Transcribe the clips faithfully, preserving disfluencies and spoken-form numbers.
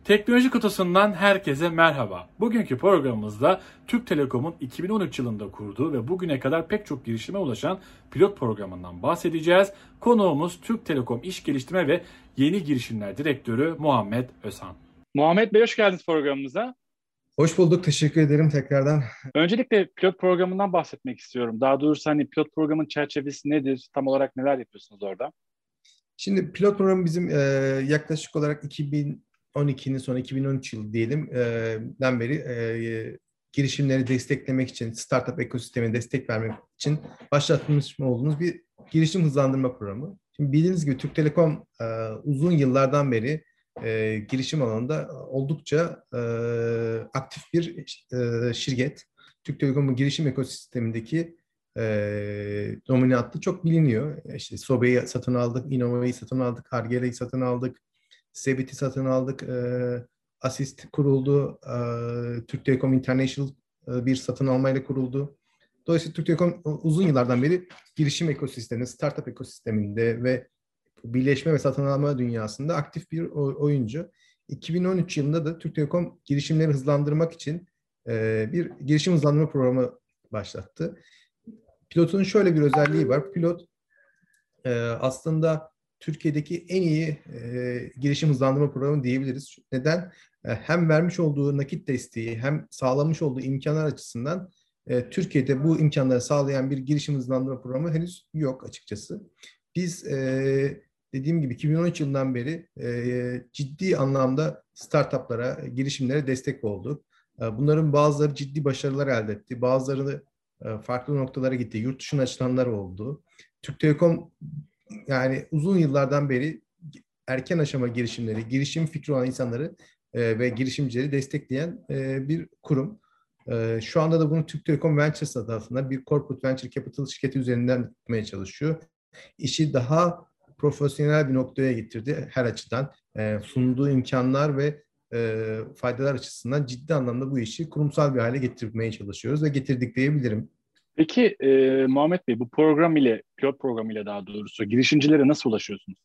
Teknoloji Kutusu'ndan herkese merhaba. Bugünkü programımızda Türk Telekom'un iki bin on üç yılında kurduğu ve bugüne kadar pek çok girişime ulaşan pilot programından bahsedeceğiz. Konuğumuz Türk Telekom İş Geliştirme ve Yeni Girişimler Direktörü Muhammed Özhan. Muhammed Bey, hoş geldiniz programımıza. Hoş bulduk, teşekkür ederim tekrardan. Öncelikle pilot programından bahsetmek istiyorum. Daha doğrusu hani pilot programın çerçevesi nedir? Tam olarak neler yapıyorsunuz orada? Şimdi pilot program bizim e, yaklaşık olarak iki bin on ikinin sonu iki bin on üç yılı diyelim e, den beri e, girişimleri desteklemek için, startup ekosistemine destek vermek için başlatmış olduğumuz bir girişim hızlandırma programı. Şimdi bildiğiniz gibi Türk Telekom e, uzun yıllardan beri e, girişim alanında oldukça e, aktif bir e, şirket. Türk Telekom'un girişim ekosistemindeki e, dominantlığı çok biliniyor. İşte Sobe'yi satın aldık, Innova'yı satın aldık, Hargela'yı satın aldık, Cebit'i satın aldık, e, Assist kuruldu, e, Türk Telekom International e, bir satın almayla kuruldu. Dolayısıyla Türk Telekom uzun yıllardan beri girişim ekosisteminde, startup ekosisteminde ve birleşme ve satın alma dünyasında aktif bir oyuncu. iki bin on üç yılında da Türk Telekom girişimleri hızlandırmak için e, bir girişim hızlandırma programı başlattı. Pilotun şöyle bir özelliği var. Pilot e, aslında Türkiye'deki en iyi e, girişim hızlandırma programı diyebiliriz. Neden? E, hem vermiş olduğu nakit desteği hem sağlamış olduğu imkanlar açısından e, Türkiye'de bu imkanları sağlayan bir girişim hızlandırma programı henüz yok açıkçası. Biz e, dediğim gibi iki bin on üç yılından beri e, ciddi anlamda startuplara, girişimlere destek olduk. E, bunların bazıları ciddi başarılar elde etti. Bazıları e, farklı noktalara gitti. Yurt dışına açılanlar oldu. Türk Telekom yani uzun yıllardan beri erken aşama girişimleri, girişim fikri olan insanları e, ve girişimcileri destekleyen e, bir kurum. E, şu anda da bunu Türk Telekom Ventures adı altında bir corporate venture capital şirketi üzerinden tutmaya çalışıyor. İşi daha profesyonel bir noktaya getirdi her açıdan. E, sunduğu imkanlar ve e, faydalar açısından ciddi anlamda bu işi kurumsal bir hale getirmeye çalışıyoruz ve getirdik diyebilirim. Peki e, Muhammed Bey, bu program ile, pilot program ile daha doğrusu girişimcilere nasıl ulaşıyorsunuz?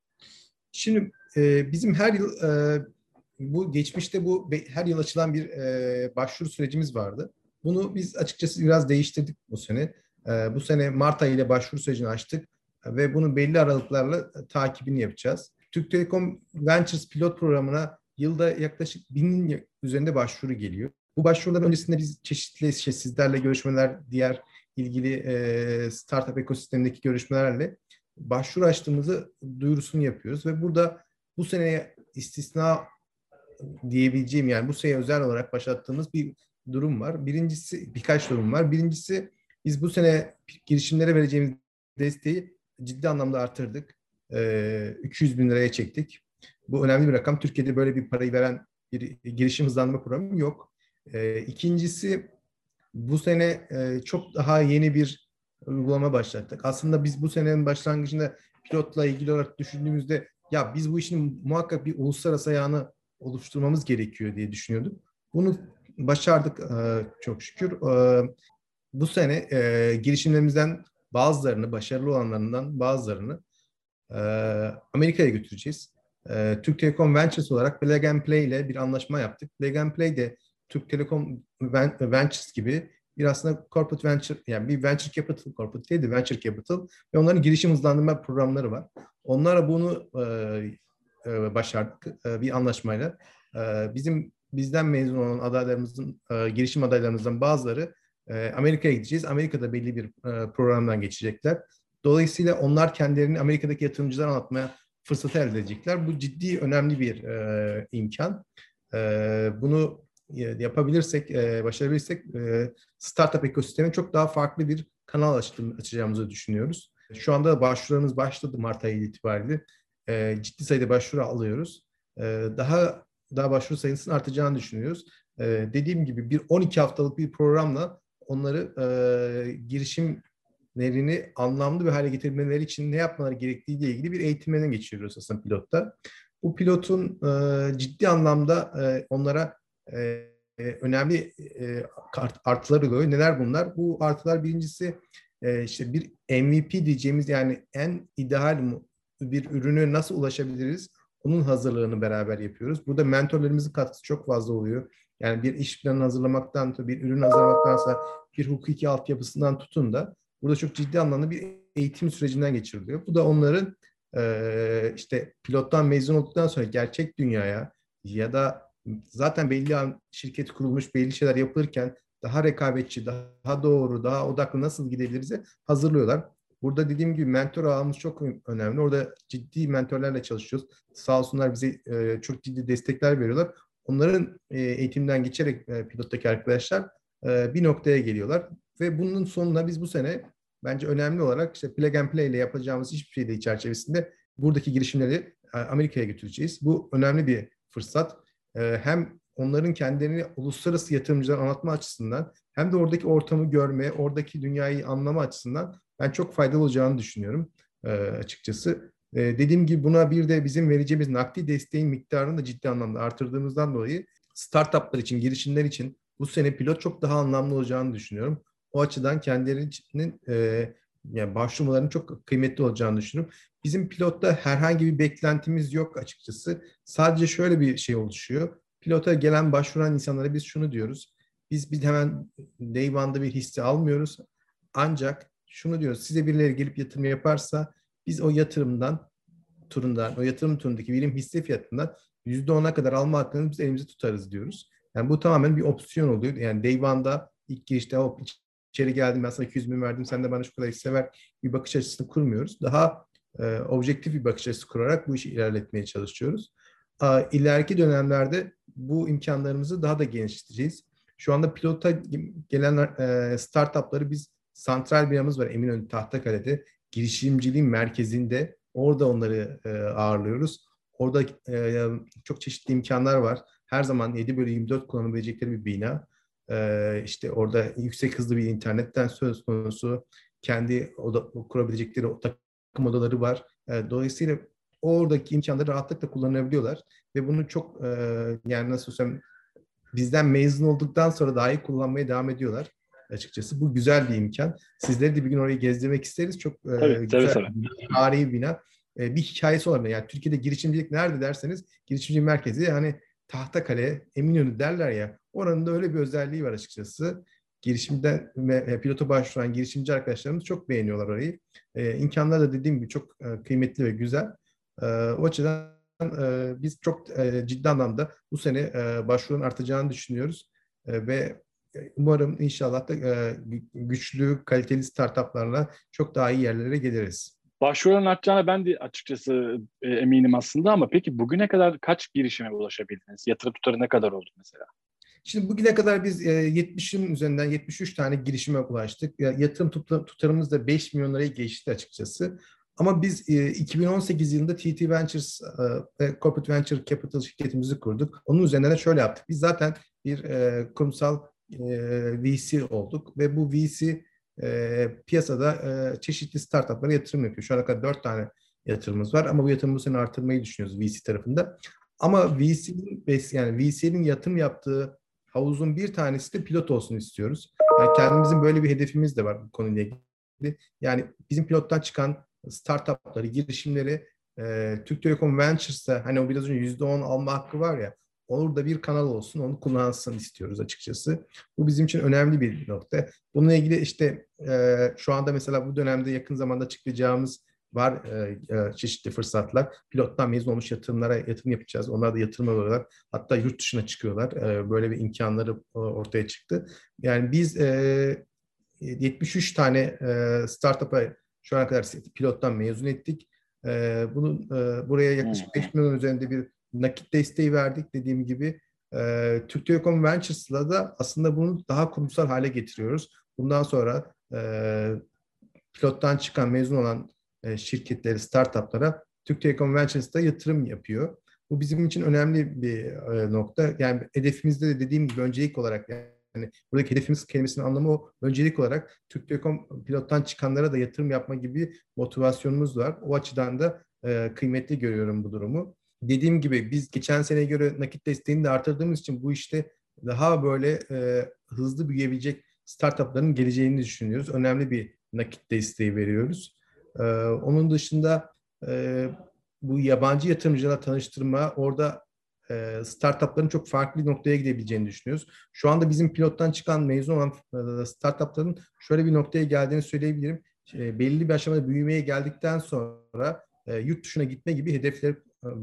Şimdi e, bizim her yıl e, bu geçmişte bu her yıl açılan bir e, başvuru sürecimiz vardı. Bunu biz açıkçası biraz değiştirdik bu sene. E, bu sene Mart ayı ile başvuru sürecini açtık ve bunu belli aralıklarla takibini yapacağız. Türk Telekom Ventures pilot programına yılda yaklaşık binin üzerinde başvuru geliyor. Bu başvuruların öncesinde biz çeşitli işte sizlerle görüşmeler, diğer ilgili e, startup ekosistemindeki görüşmelerle başvuru açtığımızı duyurusunu yapıyoruz ve burada bu seneye istisna diyebileceğim yani bu sene özel olarak başlattığımız bir durum var. Birincisi birkaç durum var. Birincisi biz bu sene girişimlere vereceğimiz desteği ciddi anlamda artırdık. Ee, iki yüz bin liraya çektik. Bu önemli bir rakam. Türkiye'de böyle bir parayı veren bir girişim hızlandırma programı yok. Ee, ikincisi bu sene e, çok daha yeni bir uygulama başlattık. Aslında biz bu senenin başlangıcında pilotla ilgili olarak düşündüğümüzde ya biz bu işin muhakkak bir uluslararası ayağını oluşturmamız gerekiyor diye düşünüyorduk. Bunu başardık e, çok şükür. E, bu sene e, girişimlerimizden bazılarını, başarılı olanlarından bazılarını e, Amerika'ya götüreceğiz. E, Türk Telekom Ventures olarak Plug and Play ile bir anlaşma yaptık. Plug and Play de Türk Telekom Ventures gibi bir aslında corporate venture, yani bir venture capital, corporate değil de venture capital ve onların girişim hızlandırma programları var. Onlara bunu e, e, başardık e, bir anlaşmayla. E, bizim bizden mezun olan adaylarımızın, e, girişim adaylarımızdan bazıları e, Amerika'ya gideceğiz. Amerika'da belli bir e, programdan geçecekler. Dolayısıyla onlar kendilerini Amerika'daki yatırımcılara anlatmaya fırsatı elde edecekler. Bu ciddi, önemli bir e, imkan. E, bunu yapabilirsek, e, başarabilirsek e, startup ekosistemi çok daha farklı bir kanal açtım, açacağımızı düşünüyoruz. Şu anda başvurularımız başladı Mart ayı itibariyle. E, ciddi sayıda başvuru alıyoruz. E, daha daha başvuru sayısının artacağını düşünüyoruz. E, dediğim gibi bir on iki haftalık bir programla onları e, girişimlerini anlamlı bir hale getirmeleri için ne yapmaları gerektiği ile ilgili bir eğitimden geçiriyoruz aslında pilotta. Bu pilotun e, ciddi anlamda e, onlara e, önemli e, artıları oluyor. Neler bunlar? Bu artılar birincisi e, işte bir M V P diyeceğimiz yani en ideal bir ürünü nasıl ulaşabiliriz? Onun hazırlığını beraber yapıyoruz. Burada mentorlarımızın katkısı çok fazla oluyor. Yani bir iş planı hazırlamaktan, bir ürün hazırlamaktansa bir hukuki altyapısından tutun da burada çok ciddi anlamda bir eğitim sürecinden geçiriliyor. Bu da onların e, işte pilottan mezun olduktan sonra gerçek dünyaya ya da zaten belli an şirket kurulmuş, belli şeyler yapılırken daha rekabetçi, daha doğru, daha odaklı nasıl gidebiliriz hazırlıyorlar. Burada dediğim gibi mentor ağımız çok önemli. Orada ciddi mentorlarla çalışıyoruz. Sağ olsunlar bize e, çok ciddi destekler veriyorlar. Onların e, eğitimden geçerek e, pilottaki arkadaşlar e, bir noktaya geliyorlar. Ve bunun sonunda biz bu sene bence önemli olarak işte plug and play ile yapacağımız hiçbir şey değil çerçevesinde buradaki girişimleri e, Amerika'ya götüreceğiz. Bu önemli bir fırsat. E, hem onların kendilerini uluslararası yatırımcılar anlatma açısından hem de oradaki ortamı görme, oradaki dünyayı anlama açısından ben çok faydalı olacağını düşünüyorum e, açıkçası. E, dediğim gibi buna bir de bizim vereceğimiz nakdi desteğin miktarını da ciddi anlamda artırdığımızdan dolayı startuplar için, girişimler için bu sene pilot çok daha anlamlı olacağını düşünüyorum. O açıdan kendilerinin e, yani başvurmalarının çok kıymetli olacağını düşünüyorum. Bizim pilotta herhangi bir beklentimiz yok açıkçası. Sadece şöyle bir şey oluşuyor. Pilota gelen başvuran insanlara biz şunu diyoruz. Biz biz hemen day one'da bir hisse almıyoruz. Ancak şunu diyoruz. Size birileri gelip yatırım yaparsa biz o yatırımdan turundan, o yatırım turundaki birim hisse fiyatından yüzde ona kadar alma hakkını biz elimizde tutarız diyoruz. Yani bu tamamen bir opsiyon oluyor. Yani day one'da ilk girişte hop içeri geldim ben sana iki yüz bin verdim sen de bana şu kadar hisse ver bir bakış açısını kurmuyoruz. Daha e, objektif bir bakış açısı kurarak bu işi ilerletmeye çalışıyoruz. E, ileriki dönemlerde bu imkanlarımızı daha da genişleteceğiz. Şu anda pilota gelen e, startupları biz santral binamız var Eminönü Tahtakale'de. Girişimciliğin merkezinde. Orada onları e, ağırlıyoruz. Orada e, çok çeşitli imkanlar var. Her zaman yedi bölü yirmi dört kullanabilecekleri bir bina. E, işte orada yüksek hızlı bir internetten söz konusu. Kendi oda, kurabilecekleri o takım odaları var. E, dolayısıyla oradaki imkanları rahatlıkla kullanabiliyorlar. Ve bunu çok e, yani nasıl söyleyeyim bizden mezun olduktan sonra dahi kullanmaya devam ediyorlar. Açıkçası bu güzel bir imkan. Sizleri de bir gün orayı gezdirmek isteriz. Çok e, Tabii, seve güzel seve. bir tarihi bir bina. E, bir hikayesi olabilir. Yani Türkiye'de girişimcilik nerede derseniz girişimci merkezi hani Tahtakale, Eminönü derler ya. Oranın da öyle bir özelliği var açıkçası. Girişimden ve pilota başvuran girişimci arkadaşlarımız çok beğeniyorlar orayı. E, imkanlar da dediğim gibi çok e, kıymetli ve güzel. E, o açıdan e, biz çok e, ciddi anlamda bu sene e, başvurunun artacağını düşünüyoruz. E, ve umarım inşallah da e, güçlü, kaliteli startuplarla çok daha iyi yerlere geliriz. Başvuranın artacağına ben de açıkçası e, eminim aslında ama peki bugüne kadar kaç girişime ulaşabildiniz? Yatırım tutarı ne kadar oldu mesela? Şimdi bugüne kadar biz e, yetmişin üzerinden yetmiş üç tane girişime ulaştık. Ya, yatırım tutar, tutarımız da beş milyon lirayı geçti açıkçası. Ama biz e, iki bin on sekiz yılında T T Ventures e, Corporate Venture Capital şirketimizi kurduk. Onun üzerine de şöyle yaptık. Biz zaten bir e, kurumsal e, V C olduk ve bu V C e, piyasada e, çeşitli startuplara yatırım yapıyor. Şu ana kadar dört tane yatırımımız var ama bu yatırımı bu sene artırmayı düşünüyoruz V C tarafında. Ama V C'nin yani V C'nin yatırım yaptığı havuzun bir tanesi de pilot olsun istiyoruz. Yani kendimizin böyle bir hedefimiz de var bu konuyla ilgili. Yani bizim pilottan çıkan startupları, girişimleri e, Türk Telekom Ventures'ta hani o biraz önce yüzde on alma hakkı var ya orada bir kanal olsun onu kullansın istiyoruz açıkçası. Bu bizim için önemli bir nokta. Bununla ilgili işte e, şu anda mesela bu dönemde yakın zamanda açıklayacağımız var e, e, çeşitli fırsatlar. Pilottan mezun olmuş yatırımlara yatırım yapacağız. Onlar da yatırım alıyorlar. Hatta yurt dışına çıkıyorlar. E, böyle bir imkanları e, ortaya çıktı. Yani biz e, yetmiş üç tane e, startup'a şu ana kadar pilottan mezun ettik. E, bunun e, buraya yaklaşık beş milyon üzerinde bir nakit desteği verdik dediğim gibi. E, Türk Telekom Ventures'la da aslında bunu daha kurumsal hale getiriyoruz. Bundan sonra e, pilottan çıkan mezun olan e, şirketleri, startuplara Türk Telekom Ventures'ta yatırım yapıyor. Bu bizim için önemli bir e, nokta. Yani hedefimizde de dediğim gibi öncelik olarak yani buradaki hedefimiz kelimesinin anlamı o. Öncelik olarak Türk Telekom pilottan çıkanlara da yatırım yapma gibi motivasyonumuz var. O açıdan da e, kıymetli görüyorum bu durumu. Dediğim gibi biz geçen seneye göre nakit desteğini de artırdığımız için bu işte daha böyle e, hızlı büyüyebilecek startupların geleceğini düşünüyoruz. Önemli bir nakit desteği veriyoruz. Ee, onun dışında e, bu yabancı yatırımcılarla tanıştırma, orada e, startupların çok farklı bir noktaya gidebileceğini düşünüyoruz. Şu anda bizim pilottan çıkan mezun olan e, startupların şöyle bir noktaya geldiğini söyleyebilirim. E, belli bir aşamada büyümeye geldikten sonra e, yurt dışına gitme gibi hedefleri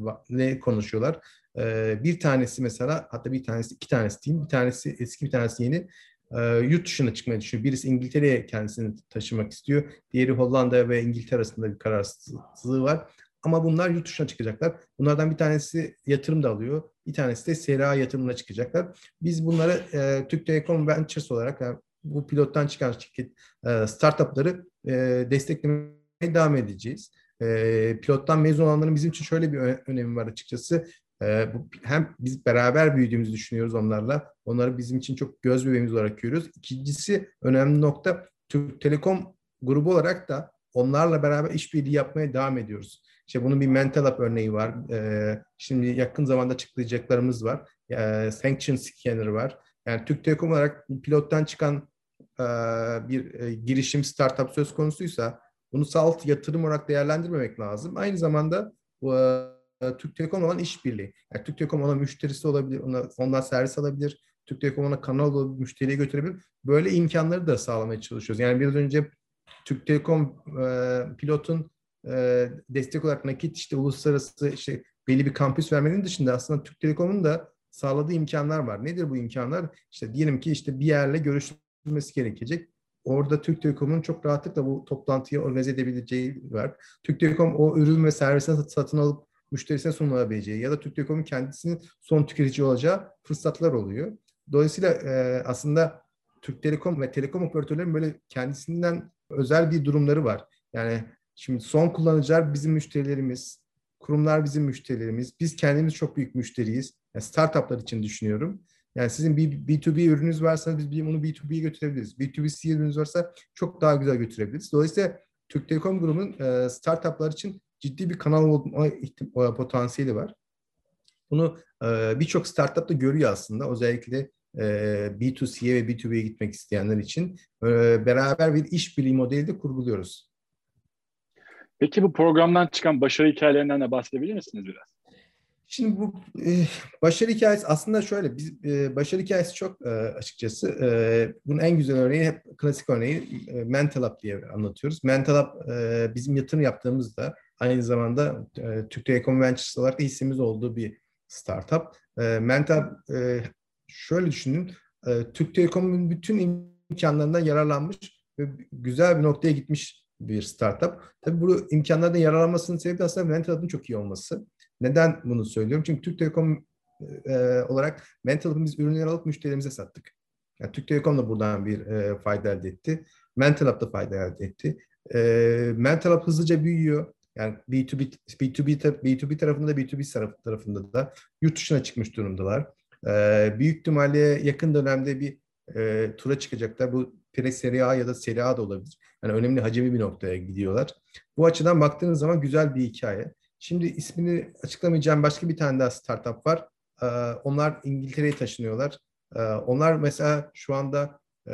ne konuşuyorlar. E, bir tanesi mesela, hatta bir tanesi, iki tanesi diyeyim, bir tanesi eski, bir tanesi yeni. E, yurt dışına çıkmayı düşünüyor. Birisi İngiltere'ye kendisini taşımak istiyor. Diğeri Hollanda ve İngiltere arasında bir kararsızlığı var. Ama bunlar yurt dışına çıkacaklar. Bunlardan bir tanesi yatırım da alıyor. Bir tanesi de S R A yatırımına çıkacaklar. Biz bunları e, Türk Telekom Ventures olarak, yani bu pilottan çıkan şirket e, startupları e, desteklemeye devam edeceğiz. E, pilottan mezun olanların bizim için şöyle bir önemi var açıkçası. E, bu, hem biz beraber büyüdüğümüzü düşünüyoruz onlarla. Onları bizim için çok göz bebeğimiz olarak görüyoruz. İkincisi, önemli nokta, Türk Telekom grubu olarak da onlarla beraber işbirliği yapmaya devam ediyoruz. İşte bunun bir Mental App örneği var. Ee, şimdi yakın zamanda açıklayacaklarımız var. Ee, Sanction Scanner var. Yani Türk Telekom olarak pilottan çıkan e, bir e, girişim, startup söz konusuysa bunu salt yatırım olarak değerlendirmemek lazım. Aynı zamanda bu e, Türk Telekom olan işbirliği. Yani Türk Telekom ona müşterisi olabilir, ona, ondan servis alabilir. Türk Telekom ona kanal olabilir, müşteriye götürebilir. Böyle imkanları da sağlamaya çalışıyoruz. Yani biraz önce Türk Telekom e, pilotun e, destek olarak nakit, işte uluslararası, işte belli bir kampüs vermenin dışında aslında Türk Telekom'un da sağladığı imkanlar var. Nedir bu imkanlar? İşte diyelim ki işte bir yerle görüşülmesi gerekecek. Orada Türk Telekom'un çok rahatlıkla bu toplantıyı organize edebileceği var. Türk Telekom o ürün ve servisini satın alıp müşterisine sunulabileceği ya da Türk Telekom'un kendisinin son tüketici olacağı fırsatlar oluyor. Dolayısıyla e, aslında Türk Telekom ve telekom operatörlerinin böyle kendisinden özel bir durumları var. Yani şimdi son kullanıcılar bizim müşterilerimiz, kurumlar bizim müşterilerimiz, biz kendimiz çok büyük müşteriyiz. Yani startuplar için düşünüyorum. Yani sizin bir B iki B ürününüz varsa biz bunu B iki B'ye götürebiliriz. B iki B C ürününüz varsa çok daha güzel götürebiliriz. Dolayısıyla Türk Telekom grubunun e, startuplar için ciddi bir kanal olma potansiyeli var. Bunu e, birçok startup da görüyor aslında. Özellikle e, B iki C'ye ve B iki B'ye gitmek isteyenler için e, beraber bir işbirliği modeli de kurguluyoruz. Peki bu programdan çıkan başarı hikayelerinden de bahsedebilir misiniz biraz? Şimdi bu e, başarı hikayesi aslında şöyle, biz e, başarı hikayesi çok e, açıkçası. E, bunun en güzel örneği, hep klasik örneği e, Mental App diye anlatıyoruz. Mental App e, bizim yatırım yaptığımızda aynı zamanda e, Türk Telekom Ventures olarak da hissemiz olduğu bir startup. E, Mental App, e, şöyle düşünün, e, Türk Telekom'un bütün imkanlarından yararlanmış ve güzel bir noktaya gitmiş bir startup. Tabii bu imkanlardan yararlanmasının sebebi aslında Mental App'ın çok iyi olması. Neden bunu söylüyorum? Çünkü Türk Telekom e, olarak Mental App'ın biz ürünleri alıp müşterilerimize sattık. Yani Türk Telekom da buradan bir e, fayda elde etti. Mental App da fayda elde etti. E, Mental App hızlıca büyüyor. Yani B iki B, B iki B, B iki B tarafında da B iki B tarafında da yurt dışına çıkmış durumdalar. E, büyük ihtimalle yakın dönemde bir e, tura çıkacaklar. Bu pre-seri A ya da seri A da olabilir. Yani önemli hacimli bir noktaya gidiyorlar. Bu açıdan baktığınız zaman güzel bir hikaye. Şimdi ismini açıklamayacağım başka bir tane daha startup var. Ee, onlar İngiltere'ye taşınıyorlar. Ee, onlar mesela şu anda e,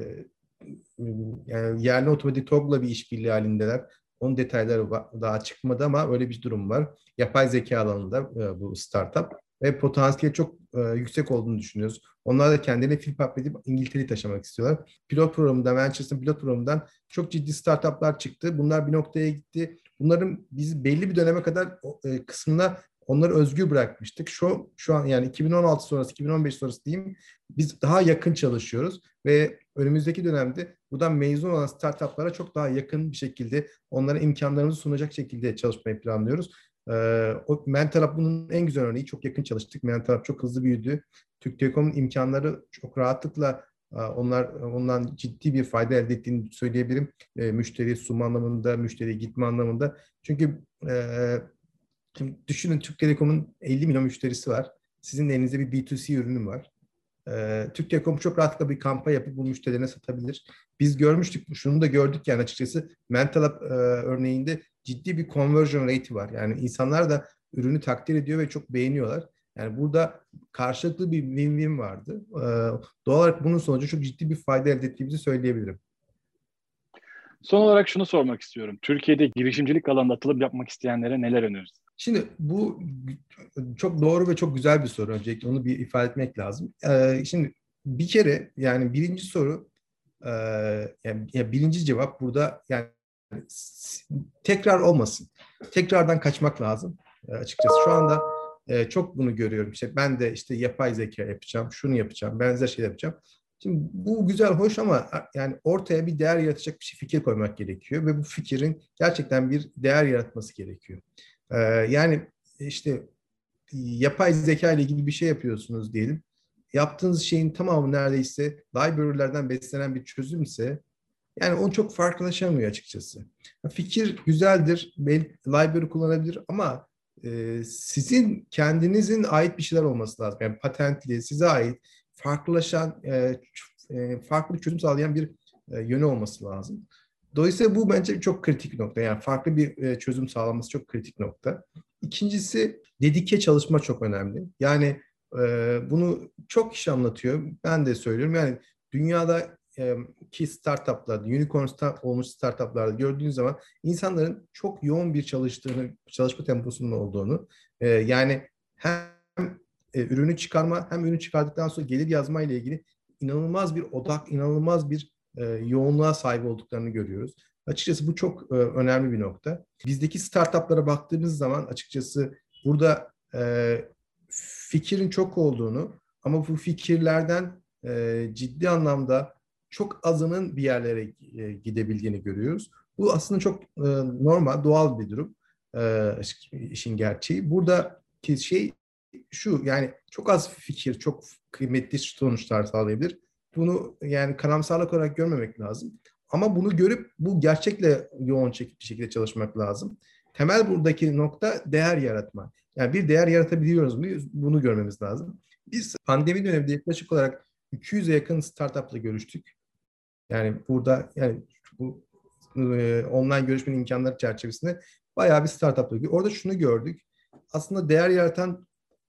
yani yerli otomotiv TOG'la bir işbirliği halindeler. Onun detayları daha çıkmadı ama öyle bir durum var. Yapay zeka alanında e, bu startup ve potansiyeli çok e, yüksek olduğunu düşünüyoruz. Onlar da kendilerine flip-up edip İngiltere'yi taşımak istiyorlar. Pilot programından, Ventures'ın pilot programından çok ciddi startuplar çıktı. Bunlar bir noktaya gitti. Bunların biz belli bir döneme kadar e, kısmına onları özgür bırakmıştık. Şu şu an yani iki bin on altı sonrası, iki bin on beş sonrası diyeyim, biz daha yakın çalışıyoruz ve önümüzdeki dönemde buradan mezun olan startuplara çok daha yakın bir şekilde onlara imkanlarımızı sunacak şekilde çalışmayı planlıyoruz. Ee, o Mental App bunun en güzel örneği. Çok yakın çalıştık. Mental App çok hızlı büyüdü. Türk Telekom'un imkanları çok rahatlıkla onlar ondan ciddi bir fayda elde ettiğini söyleyebilirim. E, müşteri sunma anlamında, müşteriye gitme anlamında. Çünkü e, şimdi düşünün, Türk Telekom'un elli milyon müşterisi var. Sizin elinizde bir B iki C ürünü var. E, Türk Telekom çok rahatlıkla bir kampanya yapıp bu müşterilerine satabilir. Biz görmüştük, şunu da gördük yani açıkçası. Mental App e, örneğinde ciddi bir conversion rate'i var. Yani insanlar da ürünü takdir ediyor ve çok beğeniyorlar. Yani burada karşılıklı bir win-win vardı. Ee, doğal olarak bunun sonucu çok ciddi bir fayda elde ettiğimizi söyleyebilirim. Son olarak şunu sormak istiyorum. Türkiye'de girişimcilik alanında atılım yapmak isteyenlere neler önerirsin? Şimdi bu çok doğru ve çok güzel bir soru. Öncelikle onu bir ifade etmek lazım. Ee, şimdi bir kere yani birinci soru e, yani, yani birinci cevap burada yani tekrar olmasın. Tekrardan kaçmak lazım e, açıkçası. Şu anda e, çok bunu görüyorum. İşte ben de işte yapay zeka yapacağım, şunu yapacağım, benzer şey yapacağım. Şimdi bu güzel, hoş ama yani ortaya bir değer yaratacak bir şey, fikir koymak gerekiyor ve bu fikrin gerçekten bir değer yaratması gerekiyor. Ee, yani işte yapay zeka ile ilgili bir şey yapıyorsunuz diyelim. Yaptığınız şeyin tamamı neredeyse library'lerden beslenen bir çözümse yani onu çok farklılaşamıyor açıkçası. Fikir güzeldir, library kullanabilir ama e, sizin kendinizin ait bir şeyler olması lazım. Yani patentli, size ait, farklılaşan, e, e, farklı bir çözüm sağlayan bir e, yönü olması lazım. Dolayısıyla bu bence çok kritik bir nokta. Yani farklı bir e, çözüm sağlaması çok kritik nokta. İkincisi dedike çalışma çok önemli. Yani e, bunu çok kişi anlatıyor. Ben de söylüyorum. Yani dünyada e, ki startuplarda, unicorn start olmuş startuplarda gördüğünüz zaman insanların çok yoğun bir çalıştığını, çalışma temposunun olduğunu, e, yani hem e, ürünü çıkarma hem ürünü çıkardıktan sonra gelir yazma ile ilgili inanılmaz bir odak, inanılmaz bir e, yoğunluğa sahip olduklarını görüyoruz. Açıkçası bu çok e, önemli bir nokta. Bizdeki startuplara baktığımız zaman açıkçası burada e, fikrin çok olduğunu ama bu fikirlerden e, ciddi anlamda çok azının bir yerlere e, gidebildiğini görüyoruz. Bu aslında çok e, normal, doğal bir durum. E, işin gerçeği. Buradaki şey şu, yani çok az fikir, çok kıymetli sonuçlar sağlayabilir. Bunu yani karamsarlık olarak görmemek lazım. Ama bunu görüp bu gerçekle yoğun bir şekilde çalışmak lazım. Temel buradaki nokta değer yaratma. Yani bir değer yaratabiliyoruz mu? Bunu görmemiz lazım. Biz pandemi döneminde yaklaşık olarak iki yüze yakın startupla görüştük. Yani burada yani bu e, online görüşmenin imkanları çerçevesinde bayağı bir startupla görüştük. Orada şunu gördük. Aslında değer yaratan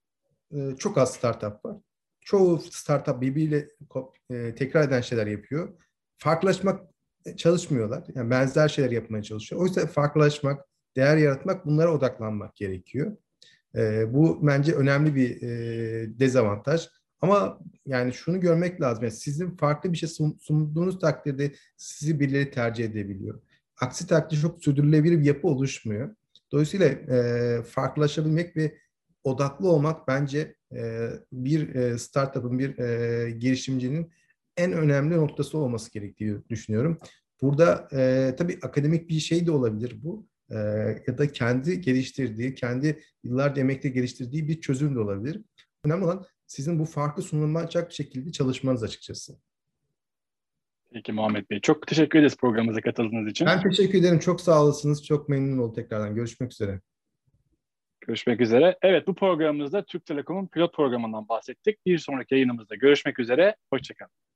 e, çok az startup var. Çoğu startup birbiriyle e, tekrar eden şeyler yapıyor. Farklılaşmak çalışmıyorlar. Yani benzer şeyler yapmaya çalışıyor. O yüzden farklılaşmak, değer yaratmak, bunlara odaklanmak gerekiyor. E, bu bence önemli bir e, dezavantaj. Ama yani şunu görmek lazım. Yani sizin farklı bir şey sunduğunuz takdirde sizi birileri tercih edebiliyor. Aksi takdirde çok sürdürülebilir bir yapı oluşmuyor. Dolayısıyla e, farklılaşabilmek ve odaklı olmak bence e, bir e, startup'ın, bir e, girişimcinin en önemli noktası olması gerektiği düşünüyorum. Burada e, tabii akademik bir şey de olabilir bu. E, ya da kendi geliştirdiği, kendi yıllarca emekle geliştirdiği bir çözüm de olabilir. Önemli olan sizin bu farkı sunulmayacak şekilde çalışmanız açıkçası. Peki Muhammed Bey. Çok teşekkür ederiz programımıza katıldığınız için. Ben teşekkür ederim. Çok sağ olasınız. Çok memnun oldum tekrardan. Görüşmek üzere. Görüşmek üzere. Evet, bu programımızda Türk Telekom'un pilot programından bahsettik. Bir sonraki yayınımızda görüşmek üzere. Hoşçakalın.